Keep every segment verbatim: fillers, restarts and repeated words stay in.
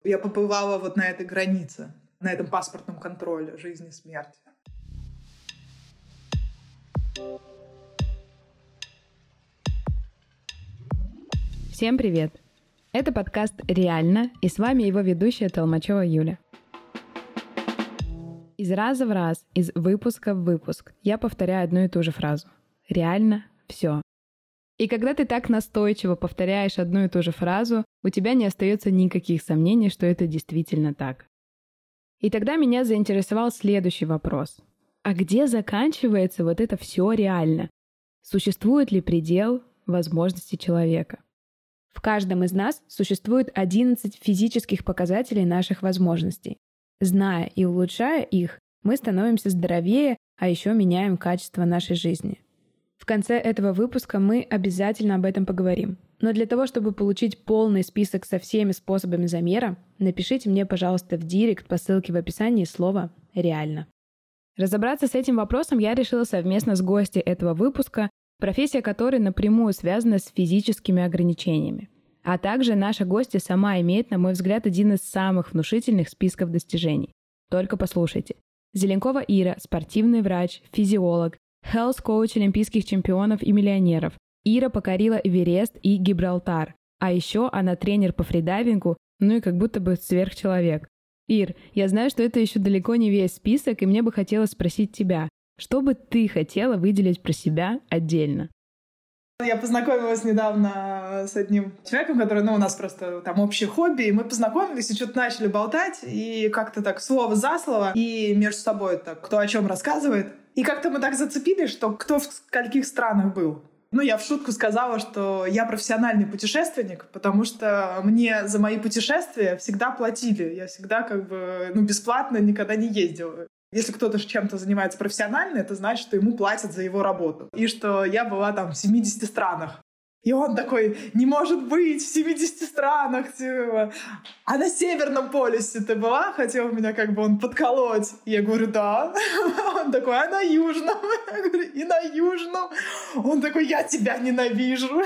Я побывала вот на этой границе, на этом паспортном контроле жизни и смерти. Всем привет! Это подкаст «Реально», и с вами его ведущая Толмачева Юля. Из раза в раз, из выпуска в выпуск я повторяю одну и ту же фразу. Реально все. И когда ты так настойчиво повторяешь одну и ту же фразу, у тебя не остается никаких сомнений, что это действительно так. И тогда меня заинтересовал следующий вопрос. А где заканчивается вот это все реально? Существует ли предел возможностей человека? В каждом из нас существует одиннадцать физических показателей наших возможностей. Зная и улучшая их, мы становимся здоровее, а еще меняем качество нашей жизни. В конце этого выпуска мы обязательно об этом поговорим. Но для того, чтобы получить полный список со всеми способами замера, напишите мне, пожалуйста, в директ по ссылке в описании слово «Реально». Разобраться с этим вопросом я решила совместно с гостьей этого выпуска, профессия которой напрямую связана с физическими ограничениями. А также наша гостья сама имеет, на мой взгляд, один из самых внушительных списков достижений. Только послушайте. Зеленкова Ира – спортивный врач, физиолог, хелс-коуч олимпийских чемпионов и миллионеров. Ира покорила Эверест и Гибралтар. А еще она тренер по фридайвингу, ну и как будто бы сверхчеловек. Ир, я знаю, что это еще далеко не весь список, и мне бы хотелось спросить тебя, что бы ты хотела выделить про себя отдельно? Я познакомилась недавно с одним человеком, который, ну, у нас просто там общее хобби, и мы познакомились и что-то начали болтать, и как-то так слово за слово, и между собой так кто о чем рассказывает. И как-то мы так зацепились, что кто в скольких странах был. Ну, я в шутку сказала, что я профессиональный путешественник, потому что мне за мои путешествия всегда платили. Я всегда как бы, ну, бесплатно никогда не ездила. Если кто-то чем-то занимается профессионально, это значит, что ему платят за его работу. И что я была там в семидесяти странах. И он такой, не может быть, в семидесяти странах. Типа. А на Северном полюсе ты была? Хотел меня как бы он подколоть. Я говорю, да. Он такой, а на Южном? Я говорю, и на Южном. Он такой, я тебя ненавижу.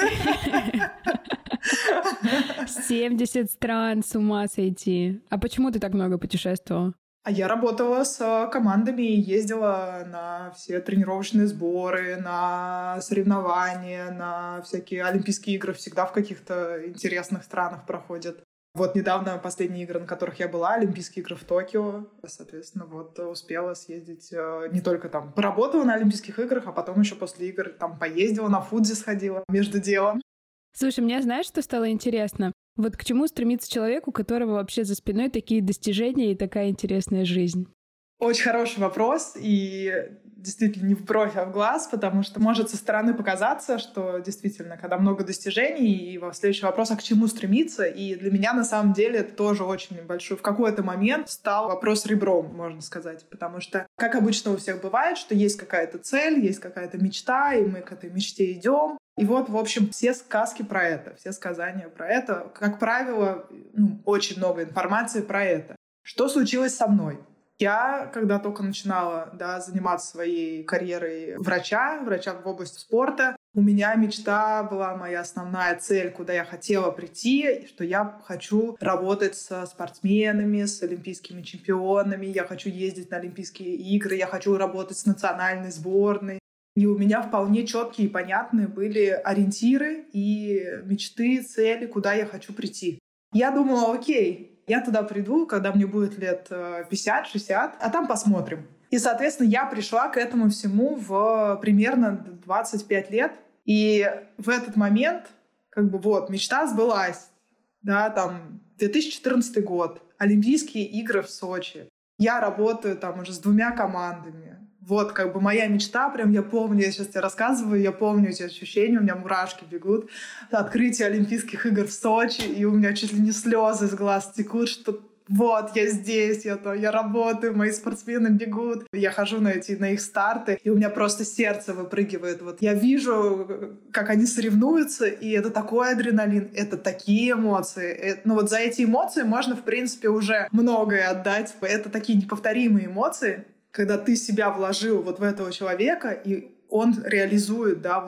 семьдесят стран, с ума сойти. А почему ты так много путешествовала? А я работала с командами и ездила на все тренировочные сборы, на соревнования, на всякие Олимпийские игры. Всегда в каких-то интересных странах проходят. Вот недавно последние игры, на которых я была, Олимпийские игры в Токио. Соответственно, вот успела съездить не только там поработала на Олимпийских играх, а потом еще после игр там поездила, на Фудзи сходила между делом. Слушай, мне знаешь, что стало интересно? Вот к чему стремится человек, у которого вообще за спиной такие достижения и такая интересная жизнь? Очень хороший вопрос, и действительно не в бровь, а в глаз, потому что может со стороны показаться, что действительно, когда много достижений, и во следующий вопрос, а к чему стремиться? И для меня, на самом деле, это тоже очень большой. В какой-то момент стал вопрос ребром, можно сказать, потому что, как обычно у всех бывает, что есть какая-то цель, есть какая-то мечта, и мы к этой мечте идем. И вот, в общем, все сказки про это, все сказания про это. Как правило, ну, очень много информации про это. Что случилось со мной? Я, когда только начинала да, заниматься своей карьерой врача, врача в области спорта, у меня мечта была, моя основная цель, куда я хотела прийти, что я хочу работать со спортсменами, с олимпийскими чемпионами, я хочу ездить на Олимпийские игры, я хочу работать с национальной сборной. И у меня вполне четкие и понятные были ориентиры и мечты, цели, куда я хочу прийти. Я думала, окей, я туда приду, когда мне будет лет пятьдесят-шестьдесят, а там посмотрим. И, соответственно, я пришла к этому всему в примерно двадцать пять лет. И в этот момент, как бы вот, мечта сбылась. Да, там, две тысячи четырнадцатый год, Олимпийские игры в Сочи. Я работаю там уже с двумя командами. Вот, как бы моя мечта, прям я помню, я сейчас тебе рассказываю, я помню эти ощущения, у меня мурашки бегут. Открытие Олимпийских игр в Сочи, и у меня чуть ли не слезы из глаз текут, что вот, я здесь, я, то, я работаю, мои спортсмены бегут. Я хожу на, эти, на их старты, и у меня просто сердце выпрыгивает. Вот я вижу, как они соревнуются, и это такой адреналин, это такие эмоции. Это, ну вот за эти эмоции можно, в принципе, уже многое отдать. Это такие неповторимые эмоции, когда ты себя вложил вот в этого человека, и он реализует, да, вот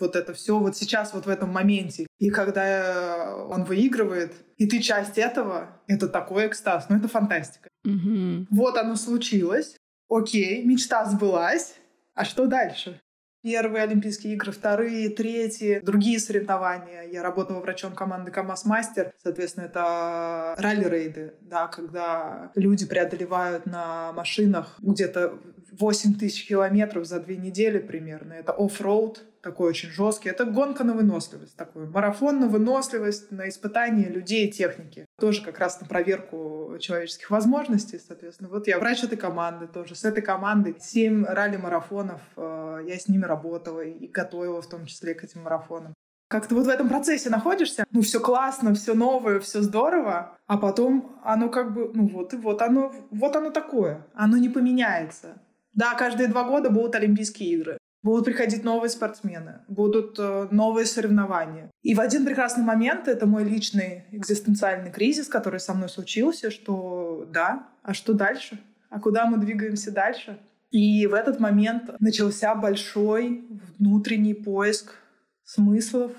вот это все вот сейчас, вот в этом моменте. И когда он выигрывает, и ты часть этого, это такой экстаз. Ну, это фантастика. Mm-hmm. Вот оно случилось. Окей, мечта сбылась. А что дальше? Первые Олимпийские игры, вторые, третьи, другие соревнования. Я работала врачом команды КамАЗ-Мастер. Соответственно, это ралли-рейды, да, когда люди преодолевают на машинах где-то восемь тысяч километров за две недели примерно. Это оффроуд, такой очень жесткий. Это гонка на выносливость, такой марафон на выносливость, на испытание людей и техники. Тоже как раз на проверку человеческих возможностей, соответственно. Вот я врач этой команды тоже. С этой командой семь ралли-марафонов. Я с ними работала и готовила в том числе к этим марафонам. Как ты вот в этом процессе находишься, ну, все классно, все новое, все здорово, а потом оно как бы, ну, вот и вот оно, вот оно такое. Оно не поменяется. Да, каждые два года будут Олимпийские игры. Будут приходить новые спортсмены, будут э, новые соревнования. И в один прекрасный момент, это мой личный экзистенциальный кризис, который со мной случился, что да, а что дальше? А куда мы двигаемся дальше? И в этот момент начался большой внутренний поиск смыслов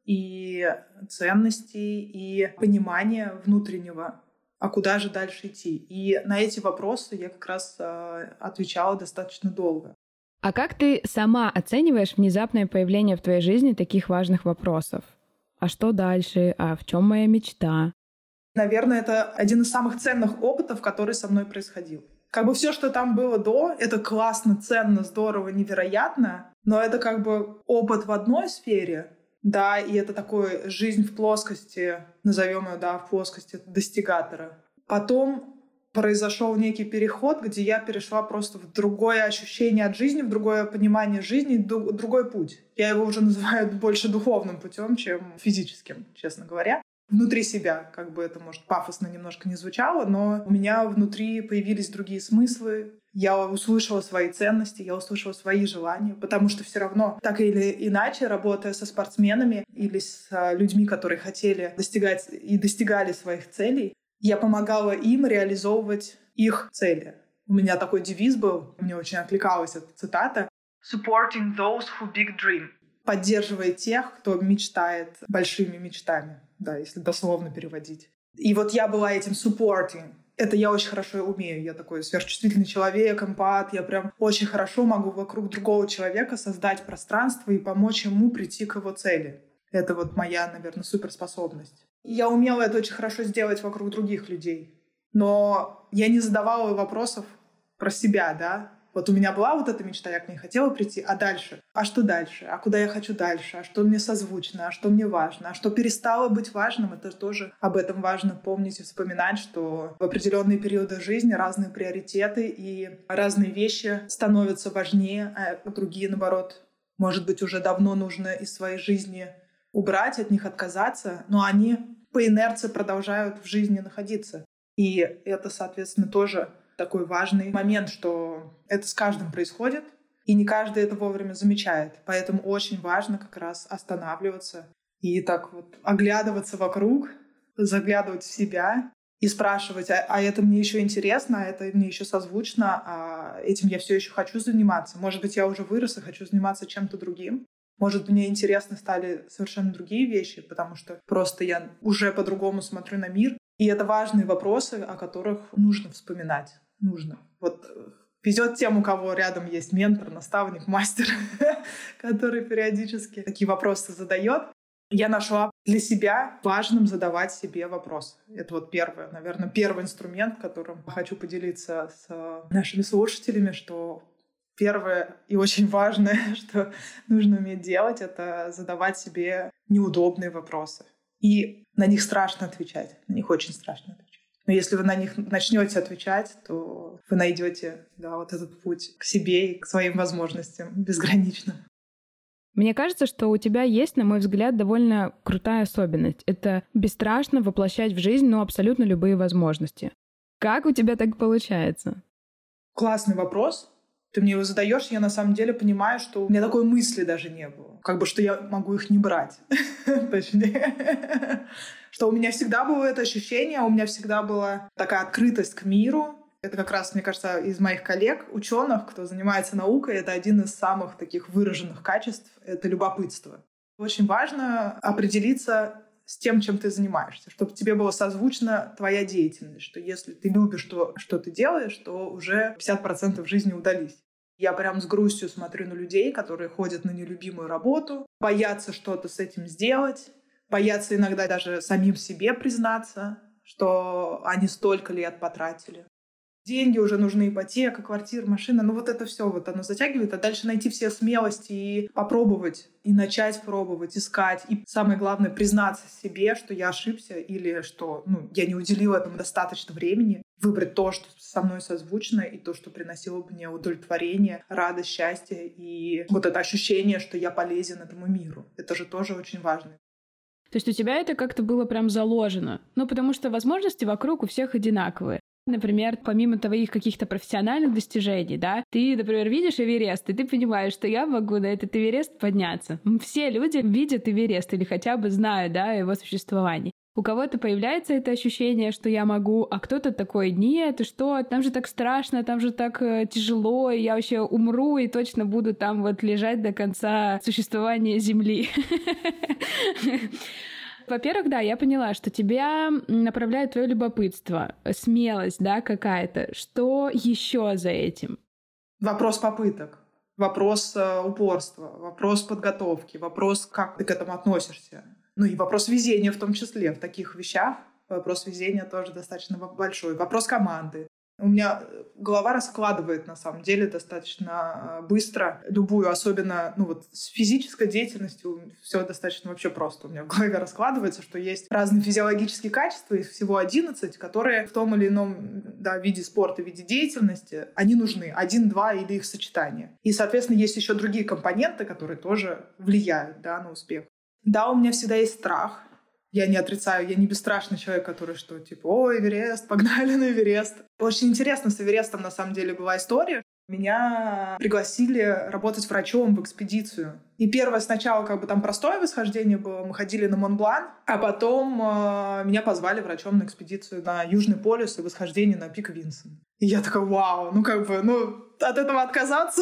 и ценностей, и понимания внутреннего, а куда же дальше идти. И на эти вопросы я как раз э, отвечала достаточно долго. А как ты сама оцениваешь внезапное появление в твоей жизни таких важных вопросов? А что дальше? А в чем моя мечта? Наверное, это один из самых ценных опытов, который со мной происходил. Как бы все, что там было до, это классно, ценно, здорово, невероятно, но это как бы опыт в одной сфере, да, и это такой жизнь в плоскости, назовем ее, да, в плоскости достигатора. Потом произошел некий переход, где я перешла просто в другое ощущение от жизни, в другое понимание жизни, другой путь. Я его уже называю больше духовным путем, чем физическим, честно говоря. Внутри себя, как бы это, может, пафосно немножко не звучало, но у меня внутри появились другие смыслы. Я услышала свои ценности, я услышала свои желания, потому что все равно, так или иначе, работая со спортсменами или с людьми, которые хотели достигать и достигали своих целей, я помогала им реализовывать их цели. У меня такой девиз был, мне очень откликалась эта цитата. «Supporting those who big dream». Поддерживая тех, кто мечтает большими мечтами, да, если дословно переводить. И вот я была этим supporting. Это я очень хорошо умею. Я такой сверхчувствительный человек, эмпат. Я прям очень хорошо могу вокруг другого человека создать пространство и помочь ему прийти к его цели. Это вот моя, наверное, суперспособность. Я умела это очень хорошо сделать вокруг других людей. Но я не задавала вопросов про себя, да. Вот у меня была вот эта мечта, я к ней хотела прийти, а дальше? А что дальше? А куда я хочу дальше? А что мне созвучно? А что мне важно? А что перестало быть важным? Это тоже об этом важно помнить и вспоминать, что в определенные периоды жизни разные приоритеты и разные вещи становятся важнее, а другие, наоборот, может быть, уже давно нужно из своей жизни убрать, от них отказаться, но они по инерции продолжают в жизни находиться. И это, соответственно, тоже такой важный момент, что это с каждым происходит, и не каждый это вовремя замечает. Поэтому очень важно как раз останавливаться и так вот оглядываться вокруг, заглядывать в себя и спрашивать, а, а это мне еще интересно, а это мне еще созвучно, а этим я все еще хочу заниматься. Может быть, я уже вырос и хочу заниматься чем-то другим. Может, мне интересны стали совершенно другие вещи, потому что просто я уже по-другому смотрю на мир. И это важные вопросы, о которых нужно вспоминать. Нужно. Вот везет тем, у кого рядом есть ментор, наставник, мастер, который периодически такие вопросы задает. Я нашла для себя важным задавать себе вопросы. Это вот первое, наверное, первый инструмент, которым хочу поделиться с нашими слушателями, что первое и очень важное, что нужно уметь делать, это задавать себе неудобные вопросы. И на них страшно отвечать. На них очень страшно отвечать. Но если вы на них начнете отвечать, то вы найдете, да, вот этот путь к себе и к своим возможностям безграничным. Мне кажется, что у тебя есть, на мой взгляд, довольно крутая особенность. Это бесстрашно воплощать в жизнь, ну, абсолютно любые возможности. Как у тебя так получается? Классный вопрос. Ты мне его задаешь, я на самом деле понимаю, что у меня такой мысли даже не было. Как бы, что я могу их не брать. Точнее. Что у меня всегда было это ощущение, у меня всегда была такая открытость к миру. Это как раз, мне кажется, из моих коллег, ученых, кто занимается наукой, это один из самых таких выраженных качеств — это любопытство. Очень важно определиться с тем, чем ты занимаешься, чтобы тебе было созвучна твоя деятельность, что если ты любишь то, что ты делаешь, то уже пятьдесят процентов жизни удались. Я прям с грустью смотрю на людей, которые ходят на нелюбимую работу, боятся что-то с этим сделать, боятся иногда даже самим себе признаться, что они столько лет потратили. Деньги уже нужны, ипотека, квартира, машина. Ну вот это все вот оно затягивает. А дальше найти все смелости и попробовать, и начать пробовать, искать. И самое главное, признаться себе, что я ошибся или что ну, я не уделила этому достаточно времени. Выбрать то, что со мной созвучно, и то, что приносило бы мне удовлетворение, радость, счастье. И вот это ощущение, что я полезен этому миру. Это же тоже очень важно. То есть у тебя это как-то было прям заложено? Ну, потому что возможности вокруг у всех одинаковые. Например, помимо твоих каких-то профессиональных достижений, да, ты, например, видишь Эверест, и ты понимаешь, что я могу на этот Эверест подняться. Все люди видят Эверест или хотя бы знают, да, о его существовании. У кого-то появляется это ощущение, что я могу, а кто-то такой: нет, и что, там же так страшно, там же так э, тяжело, и я вообще умру и точно буду там вот лежать до конца существования Земли. Во-первых, да, я поняла, что тебя направляет твое любопытство, смелость, да, какая-то. Что еще за этим? Вопрос попыток, вопрос э, упорства, вопрос подготовки, вопрос, как ты к этому относишься. Ну и вопрос везения в том числе. В таких вещах вопрос везения тоже достаточно большой. Вопрос команды. У меня голова раскладывает, на самом деле, достаточно быстро любую, особенно ну вот с физической деятельностью все достаточно вообще просто. У меня в голове раскладывается, что есть разные физиологические качества, их всего одиннадцать, которые в том или ином да, виде спорта, виде деятельности, они нужны. Один, два или их сочетание. И, соответственно, есть еще другие компоненты, которые тоже влияют да, на успех. Да, у меня всегда есть страх. Я не отрицаю, я не бесстрашный человек, который что, типа, о, Эверест, погнали на Эверест. Очень интересно с Эверестом, на самом деле, была история. Меня пригласили работать врачом в экспедицию. И первое сначала как бы там простое восхождение было, мы ходили на Монблан, а потом э, меня позвали врачом на экспедицию на Южный полюс и восхождение на пик Винсон. И я такая, вау, ну как бы, ну от этого отказаться...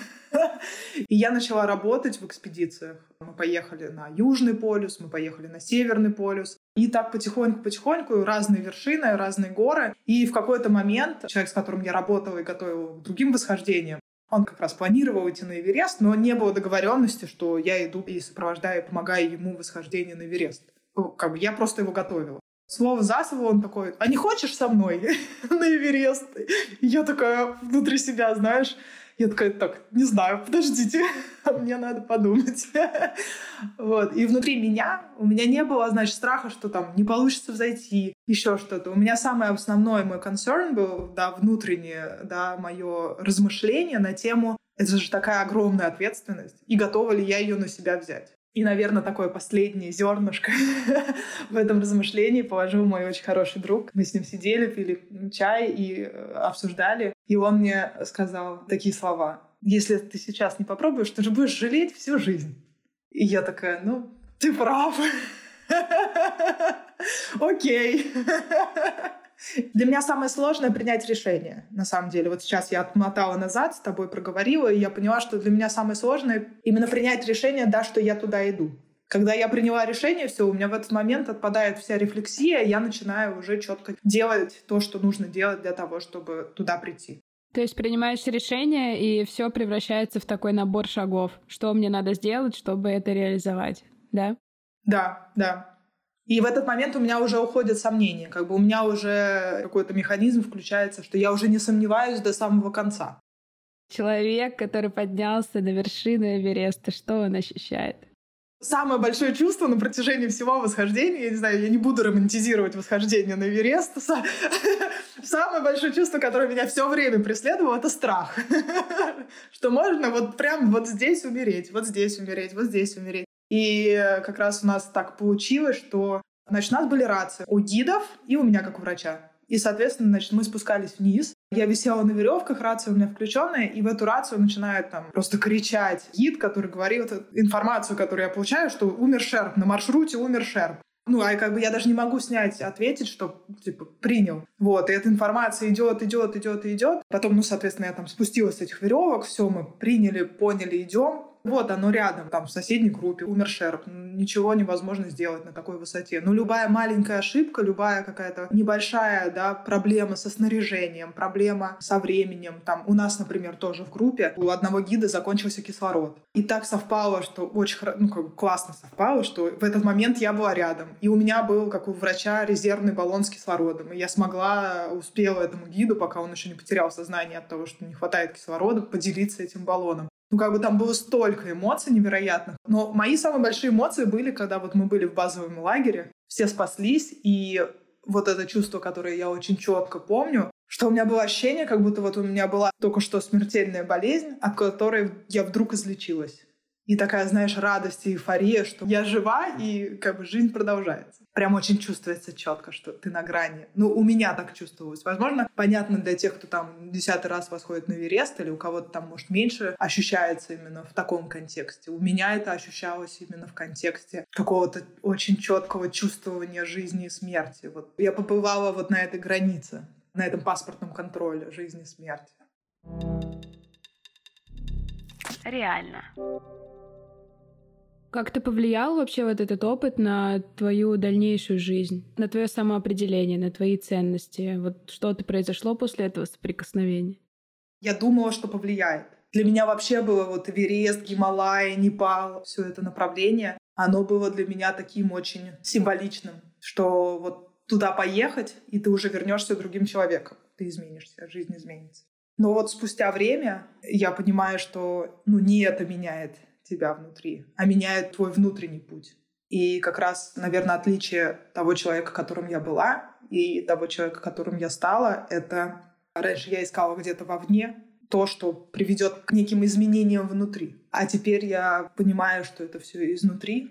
И я начала работать в экспедициях. Мы поехали на Южный полюс, мы поехали на Северный полюс. И так потихоньку-потихоньку разные вершины, разные горы. И в какой-то момент человек, с которым я работала и готовила к другим восхождениям, он как раз планировал идти на Эверест, но не было договоренности, что я иду и сопровождаю, и помогаю ему в восхождении на Эверест. Как бы я просто его готовила. Слово за слово он такой: а не хочешь со мной на Эверест? И я такая внутри себя, знаешь... Я такая, так, не знаю, подождите, мне надо подумать. Вот. И внутри меня, у меня не было, значит, страха, что там не получится взойти, еще что-то. У меня самый основной мой concern был, да, внутреннее, да, мое размышление на тему, это же такая огромная ответственность, и готова ли я ее на себя взять. И, наверное, такое последнее зернышко в этом размышлении положил мой очень хороший друг. Мы с ним сидели, пили чай и обсуждали. И он мне сказал такие слова: если ты сейчас не попробуешь, ты же будешь жалеть всю жизнь. И я такая, ну, ты прав. Окей. Для меня самое сложное — принять решение, на самом деле. Вот сейчас я отмотала назад, с тобой проговорила, и я поняла, что для меня самое сложное именно принять решение, да, что я туда иду. Когда я приняла решение, все, у меня в этот момент отпадает вся рефлексия, я начинаю уже четко делать то, что нужно делать для того, чтобы туда прийти. То есть принимаешь решение, и все превращается в такой набор шагов. Что мне надо сделать, чтобы это реализовать, да? Да, да. И в этот момент у меня уже уходят сомнения. Как бы у меня уже какой-то механизм включается, что я уже не сомневаюсь до самого конца. Человек, который поднялся на вершину Эвереста, что он ощущает? Самое большое чувство на протяжении всего восхождения, я не знаю, я не буду романтизировать восхождение на Эверест, самое большое чувство, которое меня все время преследовало, это страх. Что можно вот прям вот здесь умереть, вот здесь умереть, вот здесь умереть. И как раз у нас так получилось, что, значит, у нас были рации у гидов и у меня как у врача. И, соответственно, значит, мы спускались вниз. Я висела на веревках, рация у меня включенная, и в эту рацию начинает там просто кричать гид, который говорит информацию, которую я получаю, что умер Шерп, на маршруте умер Шерп. Ну, а как бы я даже не могу снять, ответить, что, типа, принял. Вот, и эта информация идет, идет, идет, идет. Потом, ну, соответственно, я там спустилась с этих веревок, все, мы приняли, поняли, идем. Вот оно рядом, там, в соседней группе, умер шерп. Ничего невозможно сделать на такой высоте. Ну, любая маленькая ошибка, любая какая-то небольшая, да, проблема со снаряжением, проблема со временем. Там, у нас, например, тоже в группе у одного гида закончился кислород. И так совпало, что очень ну, как бы классно совпало, что в этот момент я была рядом. И у меня был, как у врача, резервный баллон с кислородом. И я смогла, успела этому гиду, пока он еще не потерял сознание от того, что не хватает кислорода, поделиться этим баллоном. Ну, как бы там было столько эмоций невероятных. Но мои самые большие эмоции были, когда вот мы были в базовом лагере, все спаслись, и вот это чувство, которое я очень четко помню, что у меня было ощущение, как будто вот у меня была только что смертельная болезнь, от которой я вдруг излечилась. И такая, знаешь, радость и эйфория, что я жива, и как бы жизнь продолжается. Прям очень чувствуется четко, что ты на грани. Ну, у меня так чувствовалось. Возможно, понятно для тех, кто там десятый раз восходит на Эверест, или у кого-то там, может, меньше, ощущается именно в таком контексте. У меня это ощущалось именно в контексте какого-то очень четкого чувствования жизни и смерти. Вот я побывала вот на этой границе, на этом паспортном контроле жизни и смерти. Реально. Как-то повлиял вообще вот этот опыт на твою дальнейшую жизнь, на твое самоопределение, на твои ценности? Вот что-то произошло после этого соприкосновения? Я думала, что повлияет. Для меня вообще было вот Эверест, Гималаи, Непал, все это направление, оно было для меня таким очень символичным, что вот туда поехать, и ты уже вернешься другим человеком, ты изменишься, жизнь изменится. Но вот спустя время я понимаю, что ну, не это меняет тебя внутри, а меняет твой внутренний путь. И как раз, наверное, отличие того человека, которым я была, и того человека, которым я стала, это раньше я искала где-то вовне то, что приведет к неким изменениям внутри. А теперь я понимаю, что это все изнутри,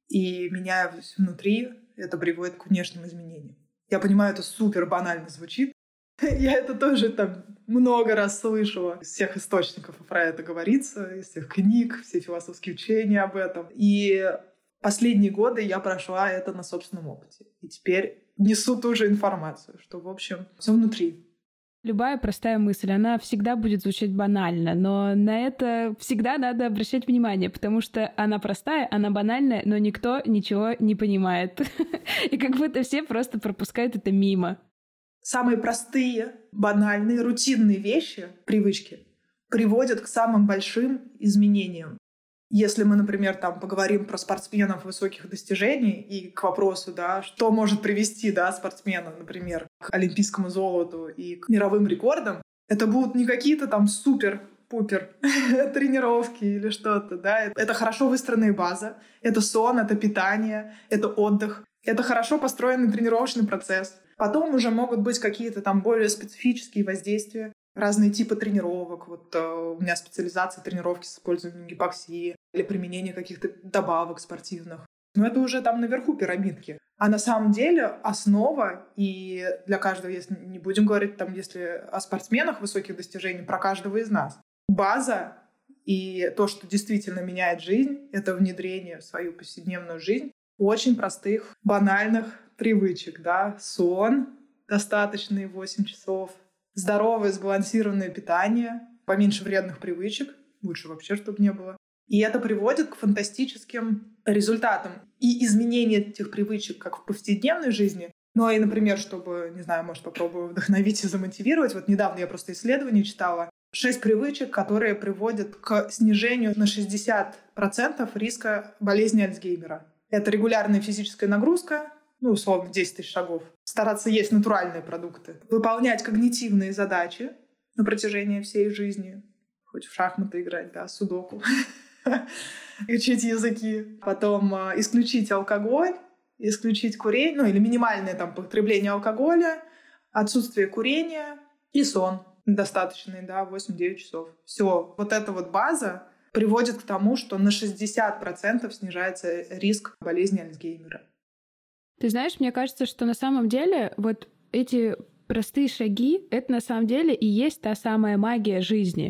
и меняя все внутри, это приводит к внешним изменениям. Я понимаю, это супер банально звучит. Я это тоже там много раз слышала. Из всех источников про это говорится, из всех книг, все философские учения об этом. И последние годы я прошла это на собственном опыте. И теперь несу ту же информацию, что, в общем, все внутри. Любая простая мысль, она всегда будет звучать банально, но на это всегда надо обращать внимание, потому что она простая, она банальная, но никто ничего не понимает. И как будто все просто пропускают это мимо. Самые простые, банальные, рутинные вещи, привычки, приводят к самым большим изменениям. Если мы, например, там, поговорим про спортсменов высоких достижений и к вопросу, да, что может привести да, спортсмена, например, к олимпийскому золоту и к мировым рекордам, это будут не какие-то там супер-пупер тренировки или что-то. Да. Это хорошо выстроенная база, это сон, это питание, это отдых, это хорошо построенный тренировочный процесс. Потом уже могут быть какие-то там более специфические воздействия, разные типы тренировок. Вот э, у меня специализация тренировки с использованием гипоксии или применение каких-то добавок спортивных. Но это уже там наверху пирамидки. А на самом деле основа, и для каждого, если не будем говорить там, если о спортсменах высоких достижений, про каждого из нас, база и то, что действительно меняет жизнь, это внедрение в свою повседневную жизнь очень простых, банальных привычек, да, сон, достаточные восемь часов, здоровое, сбалансированное питание, поменьше вредных привычек, лучше вообще, чтобы не было. И это приводит к фантастическим результатам. И изменение этих привычек как в повседневной жизни, ну и, например, чтобы, не знаю, может, попробую вдохновить и замотивировать. Вот недавно я просто исследование читала. Шесть привычек, которые приводят к снижению на шестьдесят процентов риска болезни Альцгеймера. Это регулярная физическая нагрузка, ну, условно, десять тысяч шагов. Стараться есть натуральные продукты. Выполнять когнитивные задачи на протяжении всей жизни. Хоть в шахматы играть, да, судоку. Учить языки. Потом э, исключить алкоголь, исключить курение, ну, или минимальное там потребление алкоголя, отсутствие курения и сон достаточный, да, восемь-девять часов. Все. Вот эта вот база приводит к тому, что на шестьдесят процентов снижается риск болезни Альцгеймера. Ты знаешь, мне кажется, что на самом деле вот эти простые шаги — это на самом деле и есть та самая магия жизни.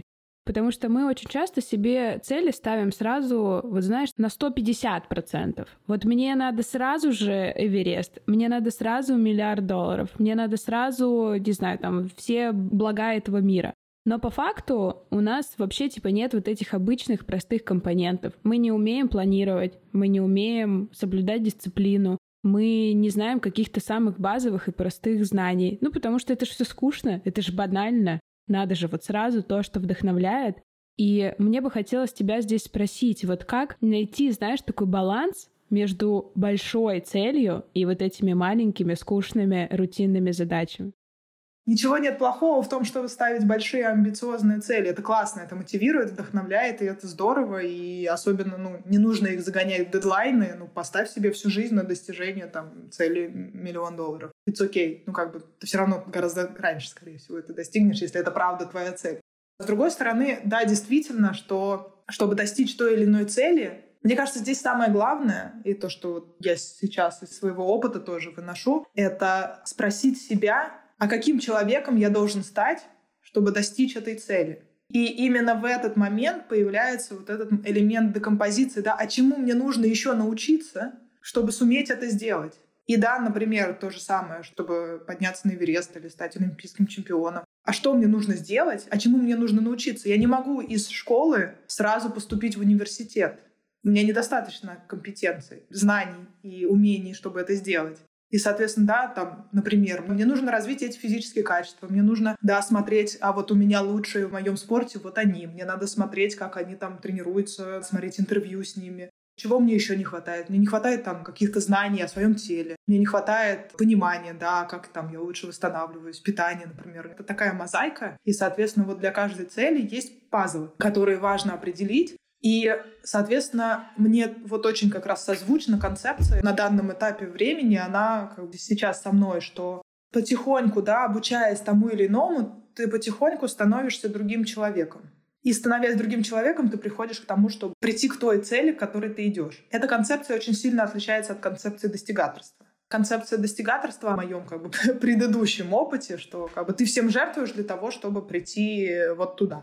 Потому что мы очень часто себе цели ставим сразу, вот знаешь, на сто пятьдесят процентов. Вот мне надо сразу же Эверест, мне надо сразу миллиард долларов, мне надо сразу, не знаю, там, все блага этого мира. Но по факту у нас вообще типа нет вот этих обычных простых компонентов. Мы не умеем планировать, мы не умеем соблюдать дисциплину, мы не знаем каких-то самых базовых и простых знаний. Ну, потому что это же все скучно, это же банально. Надо же вот сразу то, что вдохновляет. И мне бы хотелось тебя здесь спросить, вот как найти, знаешь, такой баланс между большой целью и вот этими маленькими, скучными, рутинными задачами? Ничего нет плохого в том, чтобы ставить большие амбициозные цели. Это классно, это мотивирует, вдохновляет, и это здорово. И особенно, ну, не нужно их загонять в дедлайны. Ну, поставь себе всю жизнь на достижение там цели миллион долларов. It's okay. Ну, как бы ты все равно гораздо раньше, скорее всего, это достигнешь, если это правда твоя цель. С другой стороны, да, действительно, что чтобы достичь той или иной цели, мне кажется, здесь самое главное, и то, что вот я сейчас из своего опыта тоже выношу, это спросить себя, а каким человеком я должен стать, чтобы достичь этой цели. И именно в этот момент появляется вот этот элемент декомпозиции, да, а чему мне нужно еще научиться, чтобы суметь это сделать. И да, например, то же самое, чтобы подняться на Эверест или стать олимпийским чемпионом. А что мне нужно сделать? А чему мне нужно научиться? Я не могу из школы сразу поступить в университет. У меня недостаточно компетенций, знаний и умений, чтобы это сделать. И, соответственно, да, там, например, мне нужно развить эти физические качества, мне нужно, да, смотреть, а вот у меня лучшие в моем спорте, вот они. Мне надо смотреть, как они там тренируются, смотреть интервью с ними. Чего мне еще не хватает? Мне не хватает там каких-то знаний о своем теле. Мне не хватает понимания, да, как там я лучше восстанавливаюсь, питание, например. Это такая мозаика. И, соответственно, вот для каждой цели есть пазлы, которые важно определить. И, соответственно, мне вот очень как раз созвучна концепция на данном этапе времени, она как бы сейчас со мной, что потихоньку, да, обучаясь тому или иному, ты потихоньку становишься другим человеком. И, становясь другим человеком, ты приходишь к тому, чтобы прийти к той цели, к которой ты идешь. Эта концепция очень сильно отличается от концепции достигаторства. Концепция достигаторства в моем как бы предыдущем опыте, что как бы ты всем жертвуешь для того, чтобы прийти вот туда.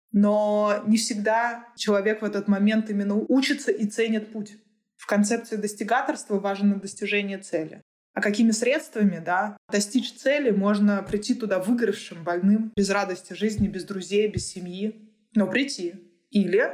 Но не всегда человек в этот момент именно учится и ценит путь. В концепции достигаторства важно достижение цели. А какими средствами, да, достичь цели можно прийти туда выгоревшим, больным, без радости жизни, без друзей, без семьи, но прийти. Или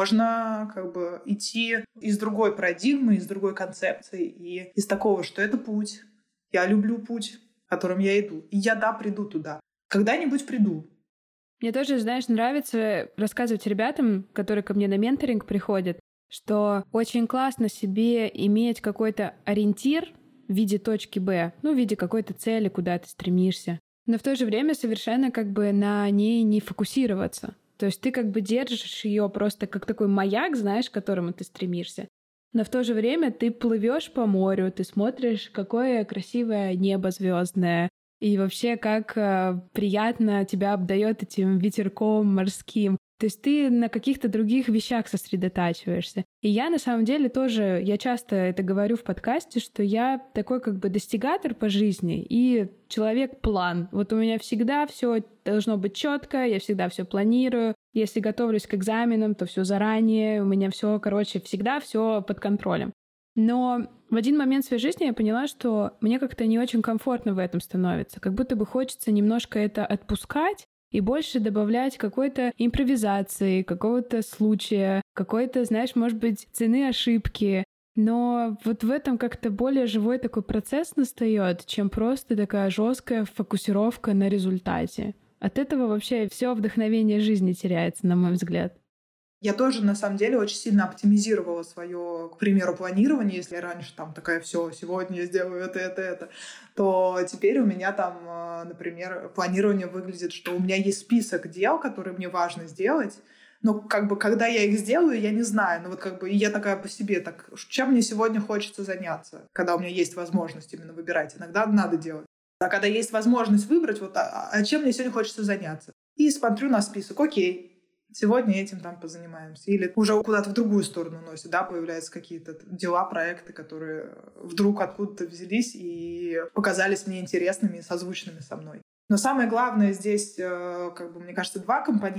можно как бы идти из другой парадигмы, из другой концепции и из такого, что это путь. Я люблю путь, которым я иду. И я, да, приду туда. Когда-нибудь приду. Мне тоже, знаешь, нравится рассказывать ребятам, которые ко мне на менторинг приходят, что очень классно себе иметь какой-то ориентир в виде точки Б, ну, в виде какой-то цели, куда ты стремишься, но в то же время совершенно как бы на ней не фокусироваться. То есть ты как бы держишь ее просто как такой маяк, знаешь, к которому ты стремишься, но в то же время ты плывешь по морю, ты смотришь, какое красивое небо звездное, и вообще, как э, приятно тебя обдает этим ветерком морским. То есть ты на каких-то других вещах сосредотачиваешься. И я на самом деле тоже, я часто это говорю в подкасте, что я такой как бы достигатор по жизни и человек-план. Вот у меня всегда все должно быть четко, я всегда все планирую. Если готовлюсь к экзаменам, то все заранее, у меня все, короче, всегда все под контролем. Но в один момент в своей жизни я поняла, что мне как-то не очень комфортно в этом становится. Как будто бы хочется немножко это отпускать и больше добавлять какой-то импровизации, какого-то случая, какой-то, знаешь, может быть, цены ошибки. Но вот в этом как-то более живой такой процесс настает, чем просто такая жесткая фокусировка на результате. От этого вообще все вдохновение жизни теряется, на мой взгляд. Я тоже, на самом деле, очень сильно оптимизировала свое, к примеру, планирование. Если я раньше там такая, все, сегодня я сделаю это, это, это, то теперь у меня там, например, планирование выглядит, что у меня есть список дел, которые мне важно сделать, но как бы когда я их сделаю, я не знаю. Ну вот как бы и я такая по себе, так, чем мне сегодня хочется заняться, когда у меня есть возможность именно выбирать. Иногда надо делать. А когда есть возможность выбрать, вот, а, а чем мне сегодня хочется заняться? И смотрю на список, окей, сегодня этим там позанимаемся. Или уже куда-то в другую сторону носит, да, появляются какие-то дела, проекты, которые вдруг откуда-то взялись и показались мне интересными и созвучными со мной. Но самое главное здесь, как бы, мне кажется, два компонента.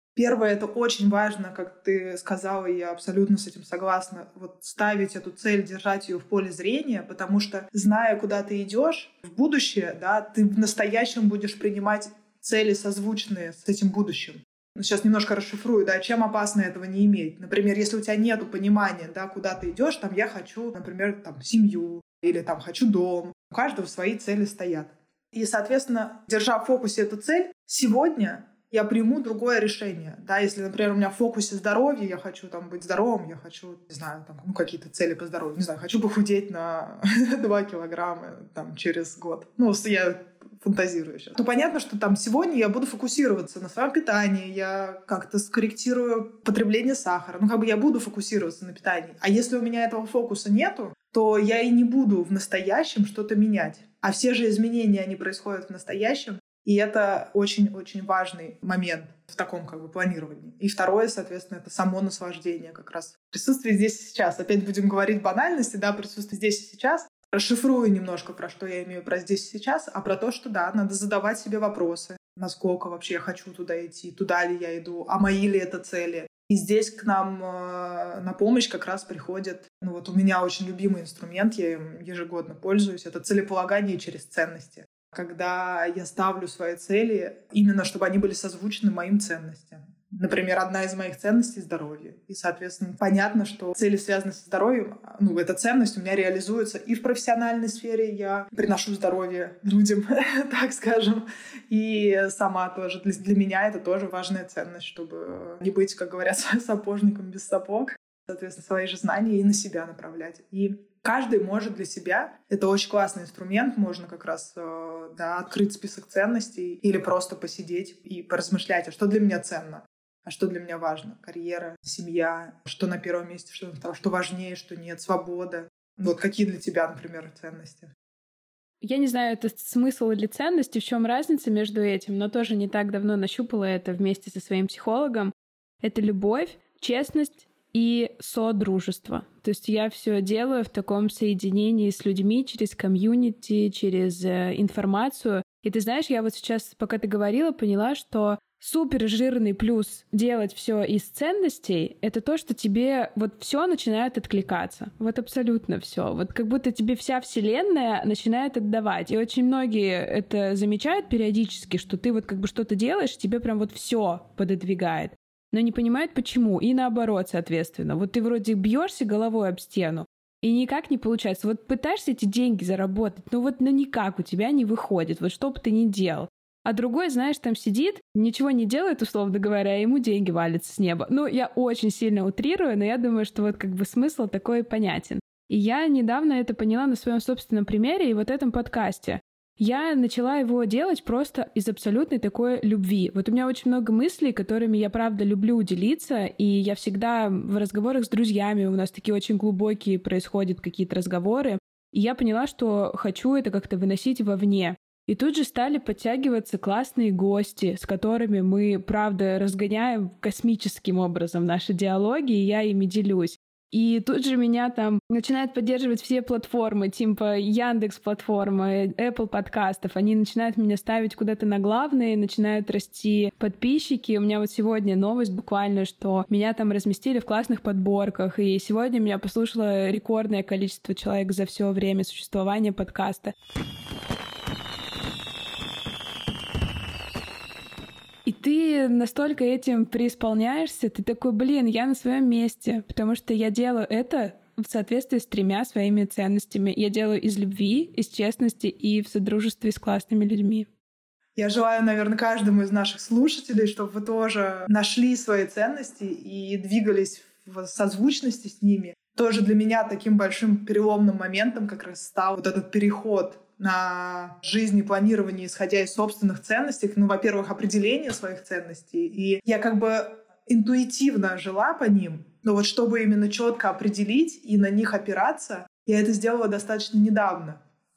Первое, это очень важно, как ты сказала, и я абсолютно с этим согласна, вот ставить эту цель, держать ее в поле зрения, потому что, зная, куда ты идешь в будущее, да, ты в настоящем будешь принимать цели, созвучные с этим будущим. Сейчас немножко расшифрую, да, чем опасно этого не иметь. Например, если у тебя нет понимания, да, куда ты идешь, там, я хочу, например, там, семью или там, хочу дом. У каждого свои цели стоят. И, соответственно, держа в фокусе эту цель, сегодня я приму другое решение. Да, если, например, у меня в фокусе здоровье, я хочу там быть здоровым, я хочу, не знаю, там, ну, какие-то цели по здоровью, не знаю, хочу похудеть на два килограмма там, через год. Ну, я фантазирую сейчас. То понятно, что там сегодня я буду фокусироваться на своем питании, я как-то скорректирую потребление сахара. Ну, как бы я буду фокусироваться на питании. А если у меня этого фокуса нету, то я и не буду в настоящем что-то менять. А все же изменения, они происходят в настоящем. И это очень-очень важный момент в таком как бы планировании. И второе, соответственно, это само наслаждение как раз. Присутствие здесь и сейчас. Опять будем говорить банальности, да, присутствие здесь и сейчас. Расшифрую немножко, про что я имею про здесь и сейчас, а про то, что да, надо задавать себе вопросы. Насколько вообще я хочу туда идти, туда ли я иду, а мои ли это цели. И здесь к нам э, на помощь как раз приходит, ну вот у меня очень любимый инструмент, я им ежегодно пользуюсь, это целеполагание через ценности. Когда я ставлю свои цели именно, чтобы они были созвучны моим ценностям. Например, одна из моих ценностей — здоровье. И, соответственно, понятно, что цели, связанные со здоровьем, ну, эта ценность у меня реализуется и в профессиональной сфере. Я приношу здоровье людям, так скажем. И сама тоже. Для, для меня это тоже важная ценность, чтобы не быть, как говорят, сапожником без сапог. Соответственно, свои же знания и на себя направлять. И каждый может для себя, это очень классный инструмент, можно как раз да, открыть список ценностей или просто посидеть и поразмышлять, а что для меня ценно, а что для меня важно. Карьера, семья, что на первом месте, что на втором, что важнее, что нет, свобода. Вот какие для тебя, например, ценности? Я не знаю, это смысл или ценность, и в чем разница между этим, но тоже не так давно нащупала это вместе со своим психологом. Это любовь, честность и содружество. То есть я все делаю в таком соединении с людьми через комьюнити, через э, информацию. И ты знаешь, я вот сейчас, пока ты говорила, поняла, что супер жирный плюс делать все из ценностей — это то, что тебе вот все начинает откликаться. Вот абсолютно все. Вот как будто тебе вся вселенная начинает отдавать. И очень многие это замечают периодически, что ты вот как бы что-то делаешь, тебе прям вот все пододвигает. Но не понимают, почему. И наоборот, соответственно. Вот ты вроде бьешься головой об стену, и никак не получается. Вот пытаешься эти деньги заработать, но вот ну никак у тебя не выходит. Вот что бы ты ни делал. А другой, знаешь, там сидит, ничего не делает, условно говоря, и ему деньги валятся с неба. Ну, я очень сильно утрирую, но я думаю, что вот как бы смысл такой понятен. И я недавно это поняла на своем собственном примере и вот этом подкасте. Я начала его делать просто из абсолютной такой любви. Вот у меня очень много мыслей, которыми я, правда, люблю делиться, и я всегда в разговорах с друзьями, у нас такие очень глубокие происходят какие-то разговоры, и я поняла, что хочу это как-то выносить вовне. И тут же стали подтягиваться классные гости, с которыми мы, правда, разгоняем космическим образом наши диалоги, и я ими делюсь. И тут же меня там начинают поддерживать все платформы, типа Яндекс.Платформы, Apple подкастов. Они начинают меня ставить куда-то на главные, начинают расти подписчики. У меня вот сегодня новость буквально, что меня там разместили в классных подборках. И сегодня меня послушало рекордное количество человек за все время существования подкаста. И ты настолько этим преисполняешься, ты такой, блин, я на своем месте, потому что я делаю это в соответствии с тремя своими ценностями. Я делаю из любви, из честности и в содружестве с классными людьми. Я желаю, наверное, каждому из наших слушателей, чтобы вы тоже нашли свои ценности и двигались в созвучности с ними. Тоже для меня таким большим переломным моментом как раз стал вот этот переход на жизнь и планирование, исходя из собственных ценностей. Ну, во-первых, определение своих ценностей. И я как бы интуитивно жила по ним, но вот чтобы именно четко определить и на них опираться, я это сделала достаточно недавно.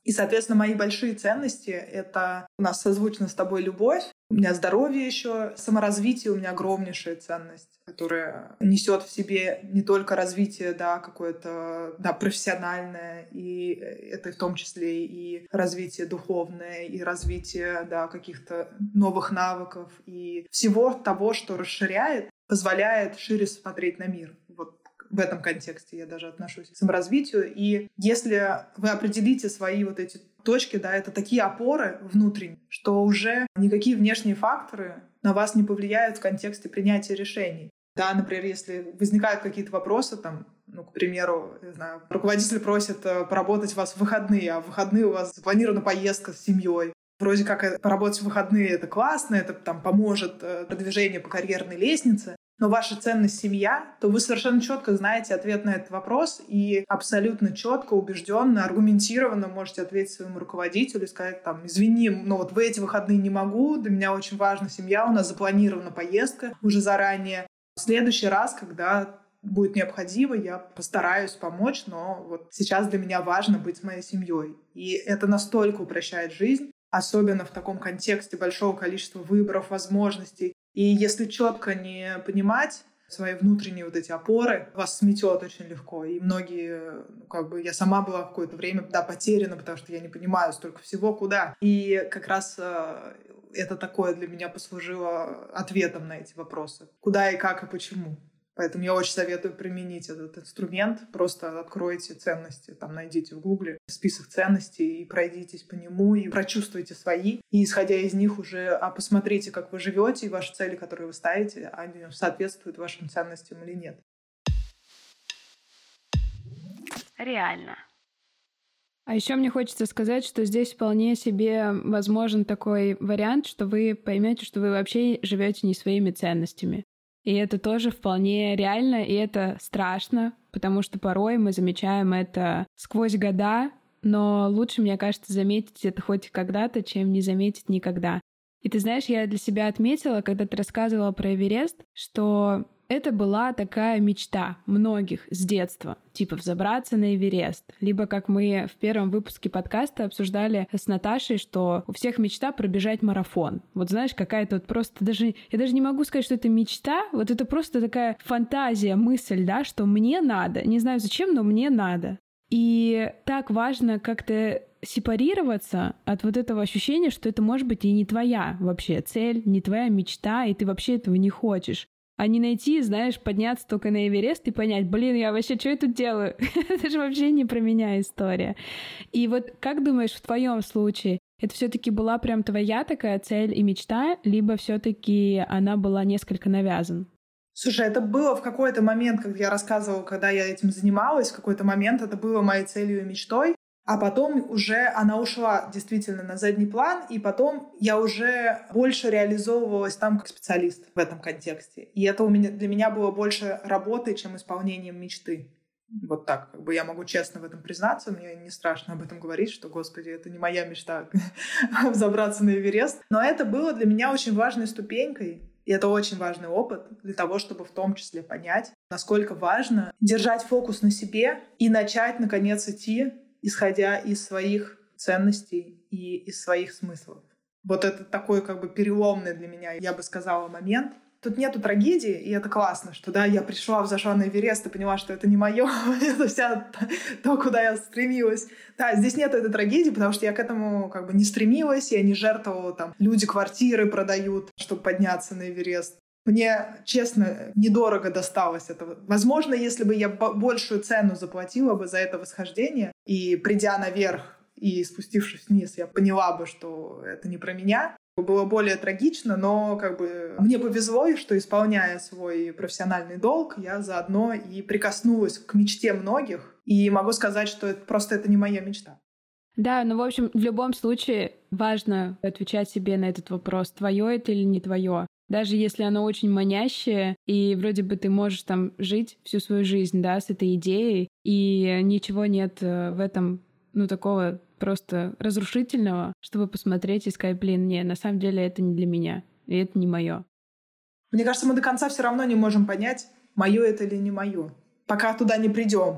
И, соответственно, мои большие ценности — это у нас созвучно с тобой любовь, у меня здоровье еще, саморазвитие у меня огромнейшая ценность, которая несет в себе не только развитие, да, какое-то, да, профессиональное, и это в том числе и развитие духовное, и развитие, да, каких-то новых навыков, и всего того, что расширяет, позволяет шире смотреть на мир. Вот в этом контексте я даже отношусь к саморазвитию. И если вы определите свои вот эти точки, да, это такие опоры внутренние, что уже никакие внешние факторы на вас не повлияют в контексте принятия решений. Да, например, если возникают какие-то вопросы, там, ну, к примеру, не знаю, руководитель просит поработать вас в выходные, а в выходные у вас запланирована поездка с семьей. Вроде как поработать в выходные — это классно, это там поможет продвижению по карьерной лестнице, но ваша ценность — семья, то вы совершенно четко знаете ответ на этот вопрос и абсолютно четко, убежденно, аргументированно можете ответить своему руководителю и сказать, там, извини, но вот в эти выходные не могу, для меня очень важна семья, у нас запланирована поездка уже заранее. В следующий раз, когда будет необходимо, я постараюсь помочь, но вот сейчас для меня важно быть с моей семьей. И это настолько упрощает жизнь, особенно в таком контексте большого количества выборов, возможностей. И если четко не понимать свои внутренние вот эти опоры, вас сметет очень легко. И многие, ну, как бы я сама была какое-то время, да, потеряна, потому что я не понимаю столько всего, куда. И как раз э, это такое для меня послужило ответом на эти вопросы. Куда и как и почему. Поэтому я очень советую применить этот инструмент. Просто откройте ценности, там найдите в Гугле список ценностей и пройдитесь по нему, и прочувствуйте свои. И исходя из них уже а посмотрите, как вы живете, и ваши цели, которые вы ставите, они соответствуют вашим ценностям или нет. Реально. А еще мне хочется сказать, что здесь вполне себе возможен такой вариант, что вы поймете, что вы вообще живете не своими ценностями. И это тоже вполне реально, и это страшно, потому что порой мы замечаем это сквозь года, но лучше, мне кажется, заметить это хоть когда-то, чем не заметить никогда. И ты знаешь, я для себя отметила, когда ты рассказывала про Эверест, что это была такая мечта многих с детства, типа взобраться на Эверест. Либо, как мы в первом выпуске подкаста обсуждали с Наташей, что у всех мечта пробежать марафон. Вот знаешь, какая-то вот просто даже... Я даже не могу сказать, что это мечта, вот это просто такая фантазия, мысль, да, что мне надо. Не знаю зачем, но мне надо. И так важно как-то сепарироваться от вот этого ощущения, что это может быть и не твоя вообще цель, не твоя мечта, и ты вообще этого не хочешь. А не найти, знаешь, подняться только на Эверест и понять, блин, я вообще что я тут делаю? Это же вообще не про меня история. И вот как думаешь, в твоем случае, это все-таки была прям твоя такая цель и мечта, либо все-таки она была несколько навязана? Слушай, это было в какой-то момент, как я рассказывала, когда я этим занималась, в какой-то момент это было моей целью и мечтой. А потом уже она ушла действительно на задний план, и потом я уже больше реализовывалась там как специалист в этом контексте. И это у меня, для меня было больше работы, чем исполнением мечты. Вот так, как бы я могу честно в этом признаться, мне не страшно об этом говорить, что, господи, это не моя мечта взобраться на Эверест. Но это было для меня очень важной ступенькой, и это очень важный опыт для того, чтобы в том числе понять, насколько важно держать фокус на себе и начать, наконец, идти, исходя из своих ценностей и из своих смыслов. Вот это такой как бы переломный для меня, я бы сказала, момент. Тут нету трагедии, и это классно, что да, я пришла, взошла на Эверест и поняла, что это не мое, это вся то, куда я стремилась. Да, здесь нету этой трагедии, потому что я к этому как бы не стремилась, я не жертвовала, там, люди квартиры продают, чтобы подняться на Эверест. Мне, честно, недорого досталось этого. Возможно, если бы я большую цену заплатила бы за это восхождение, и придя наверх и спустившись вниз, я поняла бы, что это не про меня, было более трагично, но как бы мне повезло, что, исполняя свой профессиональный долг, я заодно и прикоснулась к мечте многих, и могу сказать, что это, просто это не моя мечта. Да, ну, в общем, в любом случае важно отвечать себе на этот вопрос, твое это или не твое. Даже если оно очень манящее, и вроде бы ты можешь там жить всю свою жизнь, да, с этой идеей, и ничего нет в этом, ну, такого просто разрушительного, чтобы посмотреть и сказать, блин, не, на самом деле это не для меня, и это не мое. Мне кажется, мы до конца все равно не можем понять, мое это или не мое, пока туда не придем.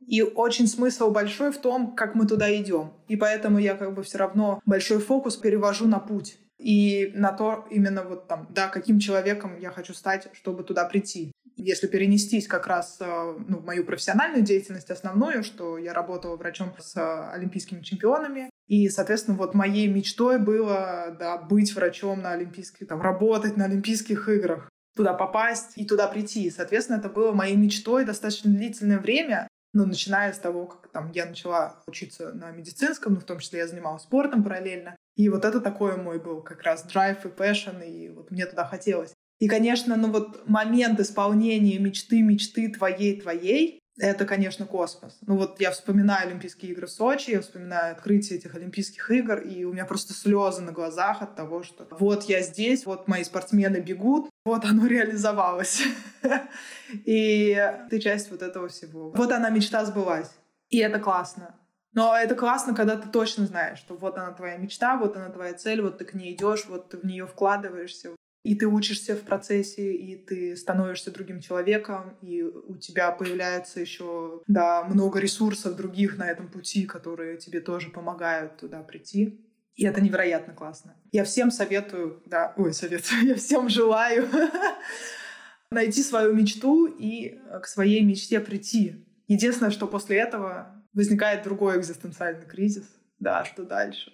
И очень смысл большой в том, как мы туда идем. И поэтому я как бы все равно большой фокус перевожу на путь. И на то именно вот там, да, каким человеком я хочу стать, чтобы туда прийти. Если перенестись как раз ну, в мою профессиональную деятельность основную, что я работала врачом с олимпийскими чемпионами, и, соответственно, вот моей мечтой было, да, быть врачом на олимпийских, там, работать на Олимпийских играх, туда попасть и туда прийти. Соответственно, это было моей мечтой достаточно длительное время, ну, начиная с того, как там я начала учиться на медицинском, ну, в том числе я занималась спортом параллельно. И вот это такой мой был как раз драйв и пэшн, и вот мне туда хотелось. И, конечно, ну вот момент исполнения мечты, мечты твоей-твоей, это, конечно, космос. Ну вот я вспоминаю Олимпийские игры в Сочи, я вспоминаю открытие этих Олимпийских игр, и у меня просто слезы на глазах от того, что вот я здесь, вот мои спортсмены бегут, вот оно реализовалось. И ты часть вот этого всего. Вот она, мечта сбылась. И это классно. Но это классно, когда ты точно знаешь, что вот она твоя мечта, вот она твоя цель, вот ты к ней идешь, вот ты в нее вкладываешься. И ты учишься в процессе, и ты становишься другим человеком, и у тебя появляется еще, да, много ресурсов других на этом пути, которые тебе тоже помогают туда прийти. И это невероятно классно. Я всем советую, да, ой, советую, я всем желаю найти свою мечту и к своей мечте прийти. Единственное, что после этого возникает другой экзистенциальный кризис. Да, что дальше?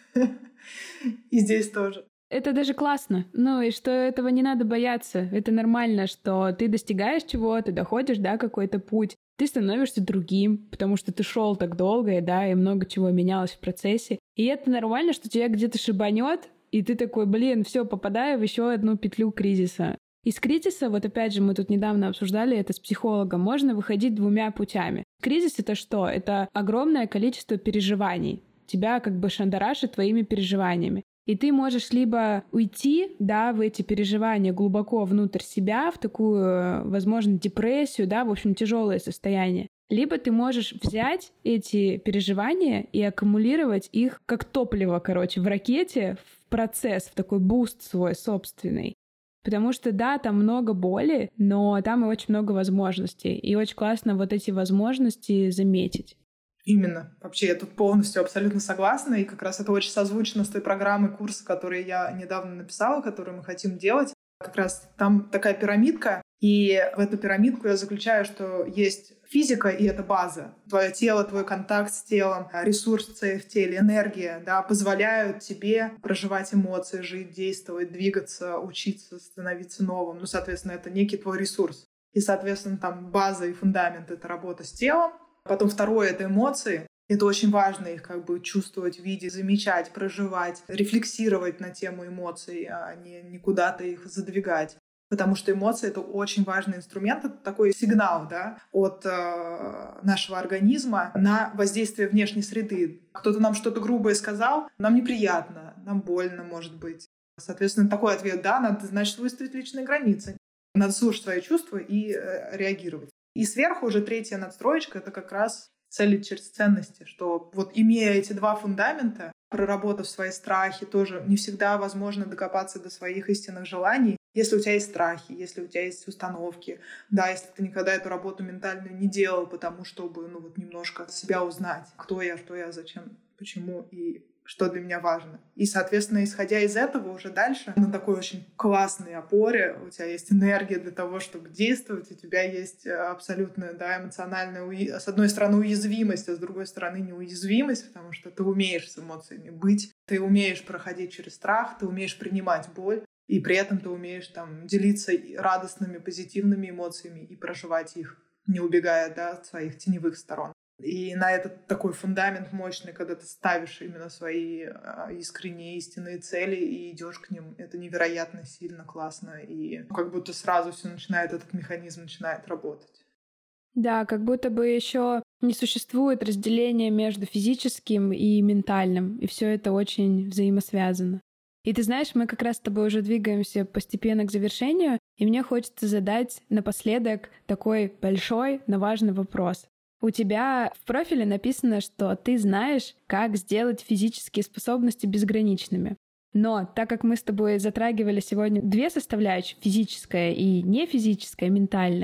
И здесь тоже. Это даже классно. Ну и что этого не надо бояться. Это нормально, что ты достигаешь чего-то, доходишь, да, какой-то путь. Ты становишься другим, потому что ты шел так долго, да, и много чего менялось в процессе. И это нормально, что тебя где-то шибанет, и ты такой, блин, все, попадаю в еще одну петлю кризиса. Из кризиса, вот опять же, мы тут недавно обсуждали это с психологом, можно выходить двумя путями. Кризис — это что? Это огромное количество переживаний. Тебя как бы шандарашит твоими переживаниями. И ты можешь либо уйти, да, в эти переживания глубоко внутрь себя, в такую, возможно, депрессию, да, в общем, тяжелое состояние. Либо ты можешь взять эти переживания и аккумулировать их как топливо, короче, в ракете, в процесс, в такой буст свой собственный. Потому что, да, там много боли, но там и очень много возможностей. И очень классно вот эти возможности заметить. Именно. Вообще, я тут полностью абсолютно согласна, и как раз это очень созвучно с той программой курса, который я недавно написала, которую мы хотим делать. Как раз там такая пирамидка, и в эту пирамидку я заключаю, что есть физика, и это база. Твое тело, твой контакт с телом, ресурсы в теле, энергия, да, позволяют тебе проживать эмоции, жить, действовать, двигаться, учиться, становиться новым. Ну, соответственно, это некий твой ресурс. И, соответственно, там база и фундамент — это работа с телом. Потом второе — это эмоции. Это очень важно их как бы чувствовать, видеть, замечать, проживать, рефлексировать на тему эмоций, а не, не куда-то их задвигать. Потому что эмоции — это очень важный инструмент, это такой сигнал, да, от э, нашего организма на воздействие внешней среды. Кто-то нам что-то грубое сказал, нам неприятно, нам больно, может быть. Соответственно, такой ответ: да, надо, значит, выставить личные границы. Надо слушать свои чувства и э, реагировать. И сверху уже третья надстроечка — это как раз цели через ценности, что вот имея эти два фундамента, проработав свои страхи, тоже не всегда возможно докопаться до своих истинных желаний. Если у тебя есть страхи, если у тебя есть установки, да, если ты никогда эту работу ментальную не делал, потому чтобы, ну вот, немножко себя узнать, кто я, что я, зачем, почему и что для меня важно. И, соответственно, исходя из этого, уже дальше на такой очень классной опоре у тебя есть энергия для того, чтобы действовать, у тебя есть абсолютная, да, эмоциональная, уи... с одной стороны, уязвимость, а с другой стороны, неуязвимость, потому что ты умеешь с эмоциями быть, ты умеешь проходить через страх, ты умеешь принимать боль, и при этом ты умеешь там делиться радостными, позитивными эмоциями и проживать их, не убегая, да, от своих теневых сторон. И на этот такой фундамент мощный, когда ты ставишь именно свои искренние истинные цели и идешь к ним, это невероятно сильно классно. И как будто сразу все начинает, этот механизм начинает работать. Да, как будто бы еще не существует разделения между физическим и ментальным, и все это очень взаимосвязано. И ты знаешь, мы как раз с тобой уже двигаемся постепенно к завершению, и мне хочется задать напоследок такой большой, но важный вопрос. У тебя в профиле написано, что ты знаешь, как сделать физические способности безграничными. Но так как мы с тобой затрагивали сегодня две составляющие, физическая и нефизическая, ментальная,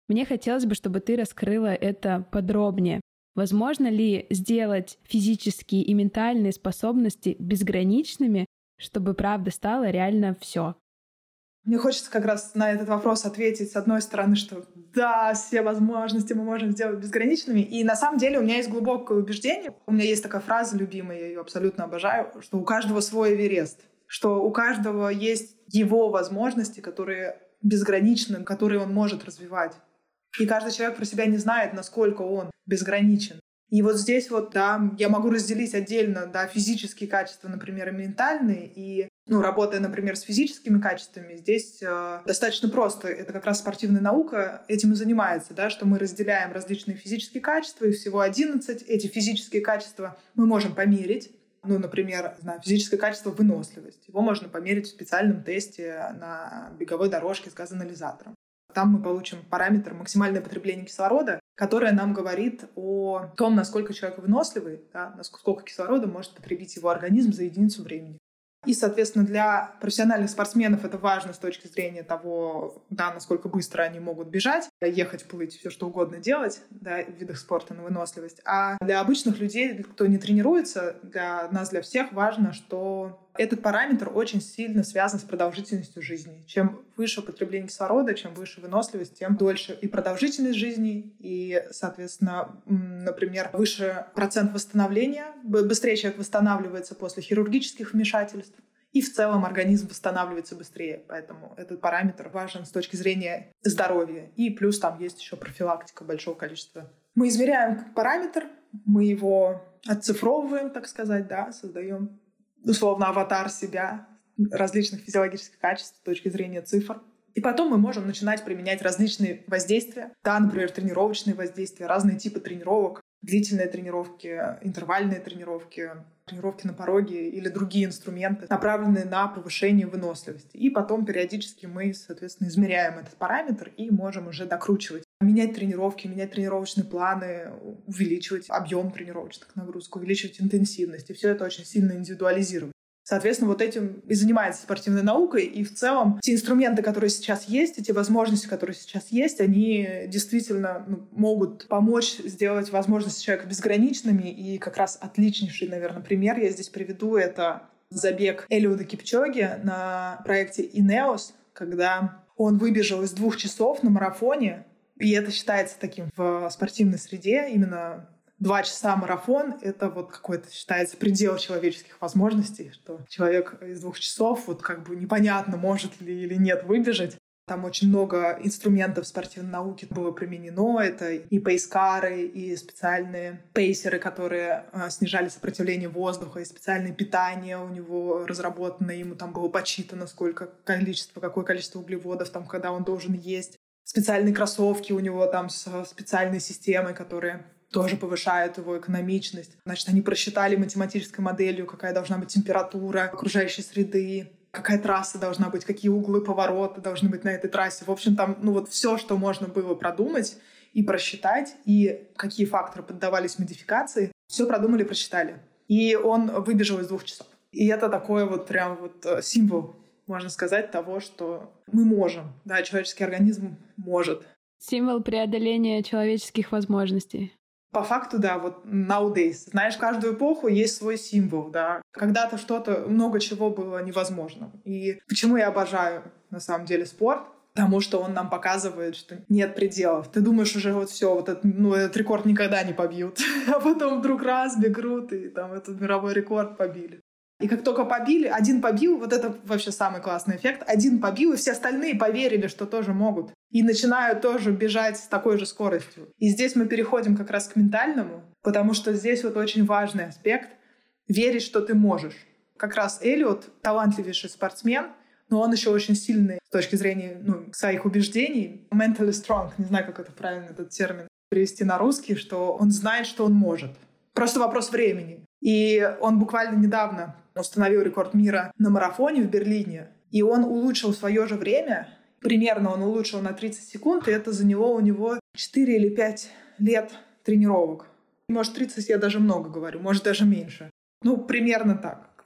Мне хотелось бы, чтобы ты раскрыла это подробнее. Возможно ли сделать физические и ментальные способности безграничными, чтобы правда стало реально все? Мне хочется как раз на этот вопрос ответить с одной стороны, что да, все возможности мы можем сделать безграничными. И на самом деле у меня есть глубокое убеждение. У меня есть такая фраза любимая, я ее абсолютно обожаю, что у каждого свой Эверест, что у каждого есть его возможности, которые безграничны, которые он может развивать. И каждый человек про себя не знает, насколько он безграничен. И вот здесь вот, да, я могу разделить отдельно, да, физические качества, например, и ментальные. И, ну, работая, например, с физическими качествами, здесь э, достаточно просто. Это как раз спортивная наука этим и занимается, да, что мы разделяем различные физические качества, их всего одиннадцать. Эти физические качества мы можем померить. Ну, например, не знаю, физическое качество — выносливость. Его можно померить в специальном тесте на беговой дорожке с газоанализатором. Там мы получим параметр максимальное потребление кислорода, которое нам говорит о том, насколько человек выносливый, да, насколько кислорода может потребить его организм за единицу времени. И, соответственно, для профессиональных спортсменов это важно с точки зрения того, да, насколько быстро они могут бежать, ехать, плыть, все что угодно делать, да, в видах спорта на выносливость. А для обычных людей, кто не тренируется, для нас, для всех важно, что этот параметр очень сильно связан с продолжительностью жизни. Чем выше потребление кислорода, чем выше выносливость, тем дольше и продолжительность жизни, и, соответственно, например, выше процент восстановления, быстрее человек восстанавливается после хирургических вмешательств, и в целом организм восстанавливается быстрее. Поэтому этот параметр важен с точки зрения здоровья. И плюс там есть еще профилактика большого количества. Мы измеряем параметр, мы его отцифровываем, так сказать, да, создаем условно аватар себя, различных физиологических качеств с точки зрения цифр. И потом мы можем начинать применять различные воздействия. Да, например, тренировочные воздействия, разные типы тренировок, длительные тренировки, интервальные тренировки, тренировки на пороге или другие инструменты, направленные на повышение выносливости. И потом периодически мы, соответственно, измеряем этот параметр и можем уже докручивать, менять тренировки, менять тренировочные планы, увеличивать объем тренировочных нагрузок, увеличивать интенсивность. И все это очень сильно индивидуализировать. Соответственно, вот этим и занимается спортивной наукой. И в целом те инструменты, которые сейчас есть, эти возможности, которые сейчас есть, они действительно ну, могут помочь сделать возможности человека безграничными. И как раз отличнейший, наверное, пример я здесь приведу. Это забег Элиуда Кипчоги на проекте Инеос, когда он выбежал из двух часов на марафоне. И это считается таким в спортивной среде именно... Два часа марафон — это вот какой-то, считается, предел человеческих возможностей, что человек из двух часов вот как бы непонятно, может ли или нет выбежать. Там очень много инструментов спортивной науки было применено. Это и пейскары, и специальные пейсеры, которые э, снижали сопротивление воздуха, и специальное питание у него разработано, ему там было подсчитано, сколько количество, какое количество углеводов там, когда он должен есть. Специальные кроссовки у него там с специальной системой, которые тоже повышают его экономичность. Значит, они просчитали математической моделью, какая должна быть температура окружающей среды, какая трасса должна быть, какие углы поворота должны быть на этой трассе. В общем, там ну вот все, что можно было продумать и просчитать, и какие факторы поддавались модификации, все продумали, просчитали. И он выбежал из двух часов. И это такой вот прям вот символ, можно сказать, того, что мы можем. Да, человеческий организм может. Символ преодоления человеческих возможностей. По факту, да, вот nowadays. Знаешь, в каждую эпоху есть свой символ, да. Когда-то что-то, много чего было невозможным. И почему я обожаю, на самом деле, спорт? Потому что он нам показывает, что нет пределов. Ты думаешь уже вот все, вот этот, ну, этот рекорд никогда не побьют. А потом вдруг раз бегут, и там этот мировой рекорд побили. И как только побили, один побил, вот это вообще самый классный эффект, один побил, и все остальные поверили, что тоже могут. И начинают тоже бежать с такой же скоростью. И здесь мы переходим как раз к ментальному, потому что здесь вот очень важный аспект — верить, что ты можешь. Как раз Элиот — талантливейший спортсмен, но он еще очень сильный с точки зрения ну, своих убеждений. Mentally strong, не знаю, как это правильно этот термин перевести на русский, что он знает, что он может. Просто вопрос времени. И он буквально недавно установил рекорд мира на марафоне в Берлине. И он улучшил свое же время. Примерно он улучшил на тридцать секунд. И это заняло у него четыре или пять лет тренировок. Может, тридцать я даже много говорю, может, даже меньше. Ну, примерно так.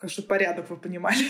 чтобы порядок вы понимали.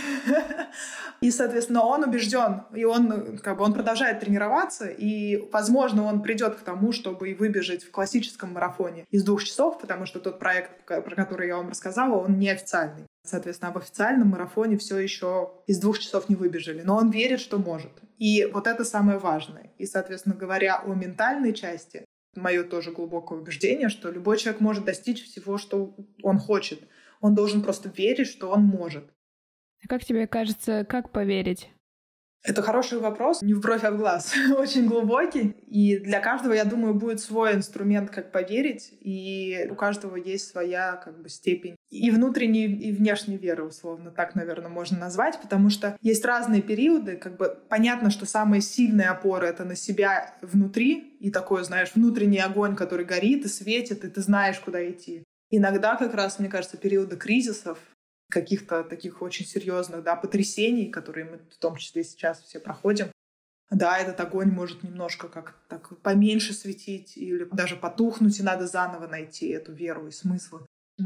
И, соответственно, он убежден, и он, как бы, он продолжает тренироваться, и, возможно, он придет к тому, чтобы и выбежать в классическом марафоне из двух часов, потому что тот проект, про который я вам рассказала, он неофициальный. Соответственно, в официальном марафоне все еще из двух часов не выбежали, но он верит, что может. И вот это самое важное. И, соответственно, говоря о ментальной части, мое тоже глубокое убеждение, что любой человек может достичь всего, что он хочет. Он должен просто верить, что он может. А как тебе кажется, как поверить? Это хороший вопрос, не в бровь, а в глаз. Очень глубокий. И для каждого, я думаю, будет свой инструмент, как поверить. И у каждого есть своя как бы степень и внутренней, и внешней веры, условно, так, наверное, можно назвать. Потому что есть разные периоды. Как бы понятно, что самые сильные опоры — это на себя внутри. И такой, знаешь, внутренний огонь, который горит и светит, и ты знаешь, куда идти. Иногда как раз, мне кажется, периоды кризисов, каких-то таких очень серьезных, да, потрясений, которые мы в том числе сейчас все проходим. Да, этот огонь может немножко как так поменьше светить или даже потухнуть, и надо заново найти эту веру и смысл.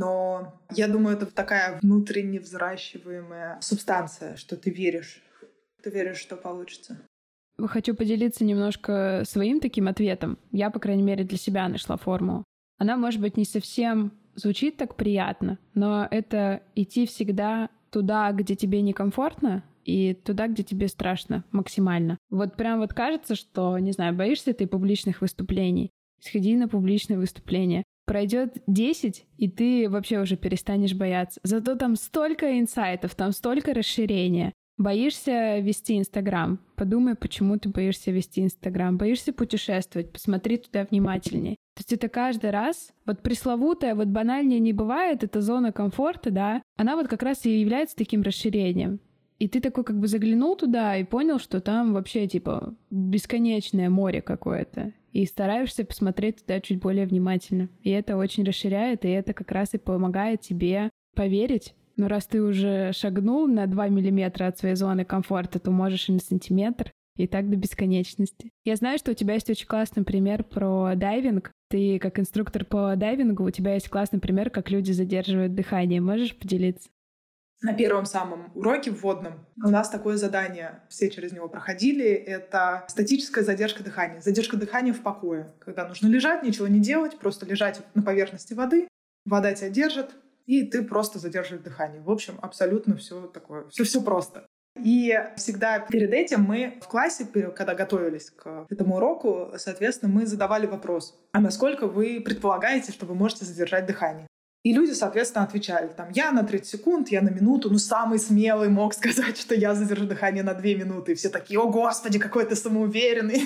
Но я думаю, это такая внутренне взращиваемая субстанция, что ты веришь. Ты веришь, что получится. Хочу поделиться немножко своим таким ответом. Я, по крайней мере, для себя нашла формулу. Она, может быть, не совсем звучит так приятно, но это идти всегда туда, где тебе некомфортно, и туда, где тебе страшно максимально. Вот прям вот кажется, что, не знаю, боишься ты публичных выступлений, сходи на публичное выступление. Пройдет десять, и ты вообще уже перестанешь бояться. Зато там столько инсайтов, там столько расширения. Боишься вести Инстаграм? Подумай, почему ты боишься вести Инстаграм. Боишься путешествовать? Посмотри туда внимательнее. То есть это каждый раз, вот пресловутая, вот банальнее не бывает, это зона комфорта, да, она вот как раз и является таким расширением. И ты такой как бы заглянул туда и понял, что там вообще типа бесконечное море какое-то. И стараешься посмотреть туда чуть более внимательно. И это очень расширяет, и это как раз и помогает тебе поверить. Но раз ты уже шагнул на два миллиметра от своей зоны комфорта, то можешь и на сантиметр, и так до бесконечности. Я знаю, что у тебя есть очень классный пример про дайвинг. Ты как инструктор по дайвингу, у тебя есть классный пример, как люди задерживают дыхание. Можешь поделиться? На первом самом уроке вводном у нас такое задание, все через него проходили, это статическая задержка дыхания. Задержка дыхания в покое, когда нужно лежать, ничего не делать, просто лежать на поверхности воды, вода тебя держит, и ты просто задерживаешь дыхание. В общем, абсолютно все такое, все, все просто. И всегда перед этим мы в классе, когда готовились к этому уроку, соответственно, мы задавали вопрос: а насколько вы предполагаете, что вы можете задержать дыхание? И люди, соответственно, отвечали, там, я на тридцать секунд, я на минуту. Ну, самый смелый мог сказать, что я задержу дыхание на две минуты. И все такие: о, Господи, какой ты самоуверенный.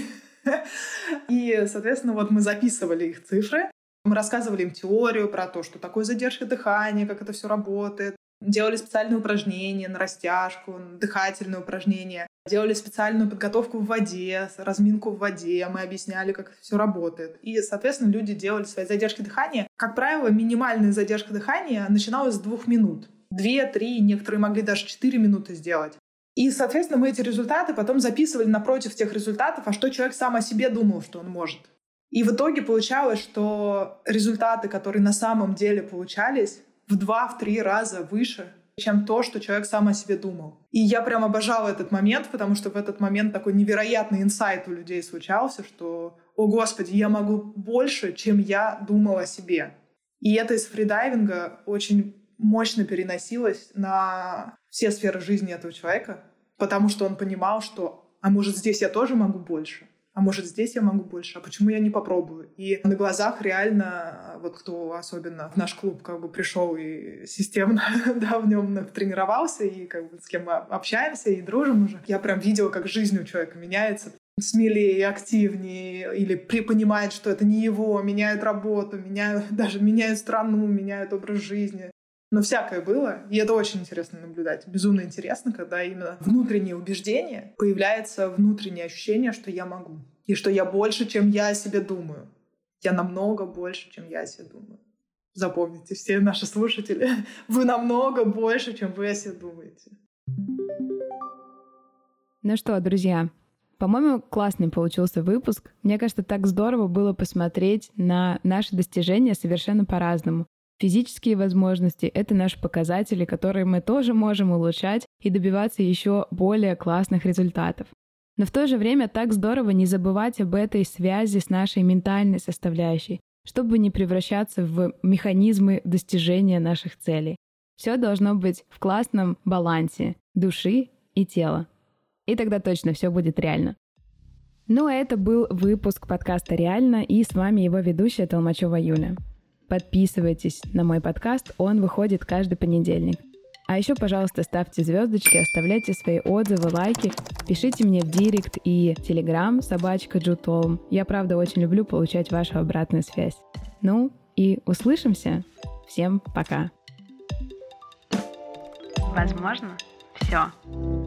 И, соответственно, вот мы записывали их цифры. Мы рассказывали им теорию про то, что такое задержка дыхания, как это все работает. Делали специальные упражнения на растяжку, дыхательные упражнения. Делали специальную подготовку в воде, разминку в воде. Мы объясняли, как это все работает. И, соответственно, люди делали свои задержки дыхания. Как правило, минимальная задержка дыхания начиналась с двух минут. Две, три, некоторые могли даже четыре минуты сделать. И, соответственно, мы эти результаты потом записывали напротив тех результатов, а что человек сам о себе думал, что он может. И в итоге получалось, что результаты, которые на самом деле получались, в два-три раза выше, чем то, что человек сам о себе думал. И я прям обожала этот момент, потому что в этот момент такой невероятный инсайт у людей случался, что, о Господи, я могу больше, чем я думала о себе. И это из фридайвинга очень мощно переносилось на все сферы жизни этого человека, потому что он понимал, что, а может, здесь я тоже могу больше? А может, здесь я могу больше? А почему я не попробую? И на глазах реально, вот кто особенно в наш клуб как бы пришел и системно да, в нем тренировался, и как бы с кем мы общаемся и дружим уже, я прям видела, как жизнь у человека меняется. Смелее, активнее, или понимает, что это не его, меняет работу, меняют, даже меняют страну, меняют образ жизни. Но всякое было, и это очень интересно наблюдать. Безумно интересно, когда именно внутреннее убеждение появляется внутреннее ощущение, что я могу. И что я больше, чем я о себе думаю. Я намного больше, чем я о себе думаю. Запомните, все наши слушатели, вы намного больше, чем вы о себе думаете. Ну что, друзья, по-моему, классный получился выпуск. Мне кажется, так здорово было посмотреть на наши достижения совершенно по-разному. Физические возможности — это наши показатели, которые мы тоже можем улучшать и добиваться еще более классных результатов. Но в то же время так здорово не забывать об этой связи с нашей ментальной составляющей, чтобы не превращаться в механизмы достижения наших целей. Все должно быть в классном балансе души и тела. И тогда точно все будет реально. Ну а это был выпуск подкаста «Реально», и с вами его ведущая Толмачева Юля. Подписывайтесь на мой подкаст, он выходит каждый понедельник. А еще, пожалуйста, ставьте звездочки, оставляйте свои отзывы, лайки, пишите мне в директ и телеграм собачка Джутолм. Я, правда, очень люблю получать вашу обратную связь. Ну и услышимся. Всем пока. Возможно, все.